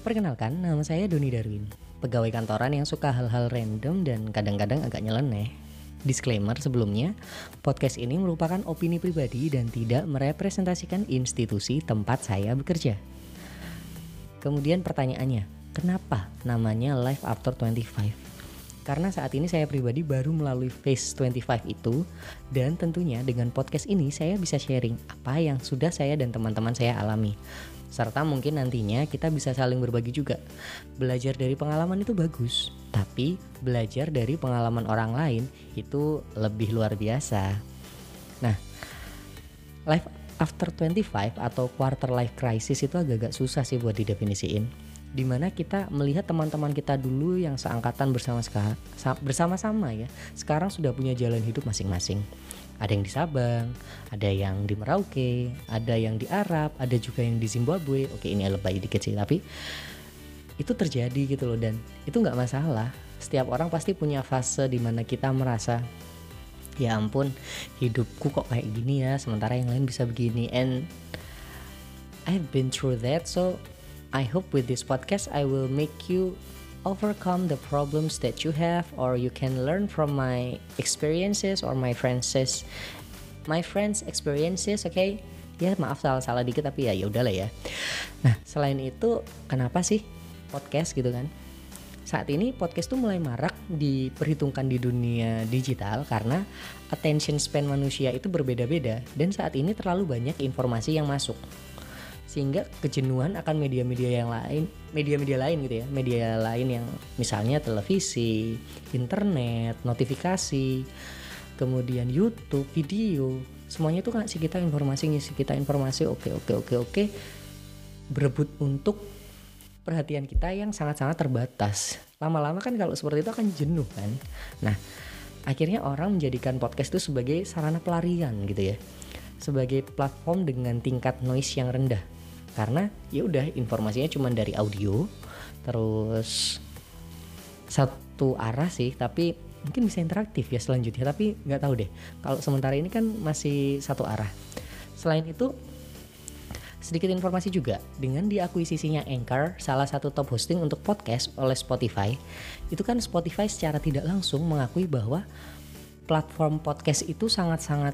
Perkenalkan, nama saya Doni Darwin, pegawai kantoran yang suka hal-hal random dan kadang-kadang agak nyeleneh. Disclaimer sebelumnya, podcast ini merupakan opini pribadi dan tidak merepresentasikan institusi tempat saya bekerja. Kemudian pertanyaannya, kenapa namanya Life After 25? Karena saat ini saya pribadi baru melalui phase 25 itu, dan tentunya dengan podcast ini saya bisa sharing apa yang sudah saya dan teman-teman saya alami. Serta mungkin nantinya kita bisa saling berbagi juga. Belajar dari pengalaman itu bagus, tapi belajar dari pengalaman orang lain itu lebih luar biasa. Nah, life after 25 atau quarter life crisis itu agak-agak susah sih buat didefinisiin. Dimana kita melihat teman-teman kita dulu yang seangkatan bersama-sama ya, sekarang sudah punya jalan hidup masing-masing. Ada yang di Sabang, ada yang di Merauke, ada yang di Arab, ada juga yang di Zimbabwe. Oke, ini lebay dikit sih, tapi itu terjadi gitu loh, dan itu nggak masalah. Setiap orang pasti punya fase dimana kita merasa, ya ampun, hidupku kok kayak gini ya, sementara yang lain bisa begini. And I've been through that, so I hope with this podcast I will make you overcome the problems that you have, or you can learn from my experiences or my friends' experiences, okay? Ya maaf salah dikit, tapi ya udahlah ya. Nah, selain itu kenapa sih podcast gitu kan? Saat ini podcast tuh mulai marak diperhitungkan di dunia digital karena attention span manusia itu berbeda-beda, dan saat ini terlalu banyak informasi yang masuk. Sehingga kejenuhan akan media-media lain gitu ya, media lain yang misalnya televisi, internet, notifikasi, kemudian YouTube, video, semuanya itu ngisi kita informasi, oke, berebut untuk perhatian kita yang sangat-sangat terbatas. Lama-lama kan kalau seperti itu akan jenuh kan. Nah, akhirnya orang menjadikan podcast itu sebagai sarana pelarian gitu ya, sebagai platform dengan tingkat noise yang rendah. Karena ya udah informasinya cuma dari audio, terus satu arah sih, tapi mungkin bisa interaktif ya selanjutnya, tapi nggak tahu deh. Kalau sementara ini kan masih satu arah. Selain itu, sedikit informasi juga, dengan diakuisisinya Anchor, salah satu top hosting untuk podcast oleh Spotify, itu kan Spotify secara tidak langsung mengakui bahwa platform podcast itu sangat-sangat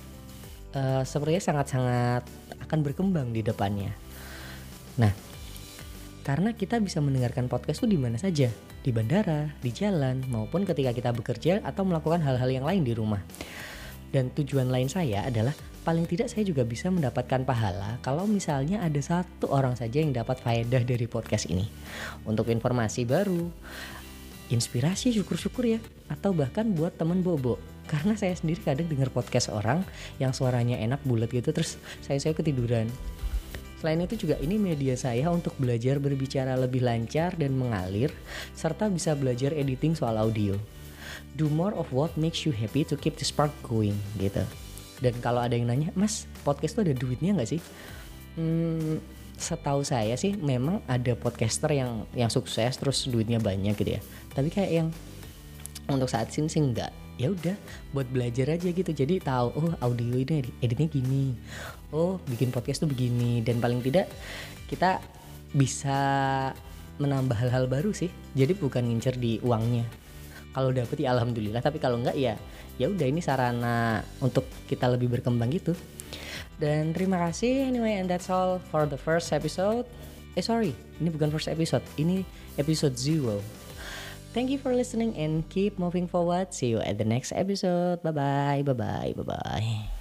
akan berkembang di depannya. Nah, karena kita bisa mendengarkan podcast itu di mana saja, di bandara, di jalan, maupun ketika kita bekerja atau melakukan hal-hal yang lain di rumah. Dan tujuan lain saya adalah paling tidak saya juga bisa mendapatkan pahala kalau misalnya ada satu orang saja yang dapat faedah dari podcast ini. Untuk informasi baru, inspirasi, syukur-syukur ya, atau bahkan buat temen bobo. Karena saya sendiri kadang dengar podcast orang yang suaranya enak, bulat gitu, terus saya ketiduran. Selain itu juga ini media saya untuk belajar berbicara lebih lancar dan mengalir, serta bisa belajar editing soal audio. Do more of what makes you happy to keep the spark going gitu. Dan kalau ada yang nanya, Mas, podcast tuh ada duitnya gak sih? Setahu saya sih memang ada podcaster yang sukses terus duitnya banyak gitu ya. Tapi kayak yang untuk saat ini sih enggak. Ya udah, buat belajar aja gitu. Jadi tahu, oh audio ini editnya gini. Oh, bikin podcast tuh begini, dan paling tidak kita bisa menambah hal-hal baru sih. Jadi bukan ngincer di uangnya. Kalau dapet ya alhamdulillah, tapi kalau enggak ya udah, ini sarana untuk kita lebih berkembang gitu. Dan terima kasih anyway, and that's all for the first episode. Ini bukan first episode, ini episode 0. Thank you for listening and keep moving forward. See you at the next episode. Bye bye.